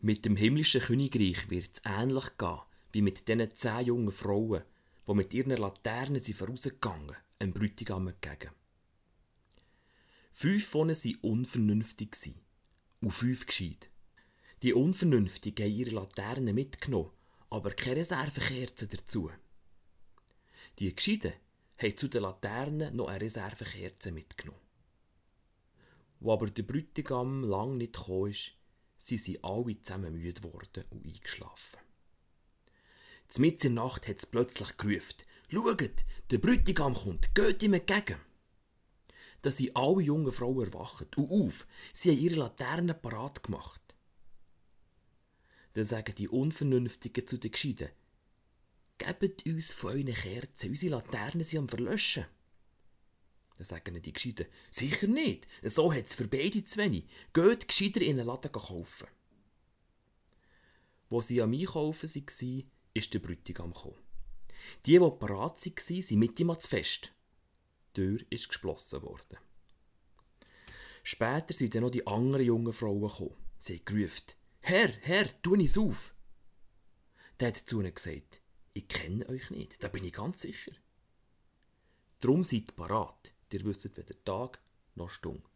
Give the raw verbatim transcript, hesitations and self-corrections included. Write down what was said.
Mit dem himmlischen Königreich wird es ähnlich gehen wie mit diesen zehn jungen Frauen, die mit ihren Laternen sind vorausgegangen, einem Bräutigam entgegen. Fünf von ihnen waren unvernünftig und fünf gescheit. Die Unvernünftigen haben ihre Laternen mitgenommen, aber keine Reservekerzen dazu. Die Gescheiten haben zu den Laternen noch eine Reservekerze mitgenommen. Wo aber der Bräutigam lang nicht gekommen ist, sind sie alle zusammen müde geworden und eingeschlafen. Mitten in der Nacht hat es plötzlich gerufen: «Schaut, der Bräutigam kommt, geht ihm entgegen!» Da sind alle jungen Frauen erwacht und auf, sie haben ihre Laternen parat gemacht. Dann sagen die Unvernünftigen zu den Gescheiten: «Gebt uns von euren Kerzen, unsere Laternen sind am Verlöschen.» Dann sagen die Gescheiten: «Sicher nicht, so hat es für beide zu wenig. Geht gescheiter in den Laden kaufen.» Wo sie am Einkaufen waren, ist der Bräutigam gekommen. Die, die parat waren, sind mit ihm ans Fest. Die Tür ist geschlossen worden. Später sind dann noch die anderen jungen Frauen gekommen. Sie haben gerufen: «Herr, Herr, tu uns auf!» Der hat zu ihnen gesagt: «Ich kenne euch nicht, da bin ich ganz sicher. Darum seid parat, ihr wisst weder Tag noch Stunde.»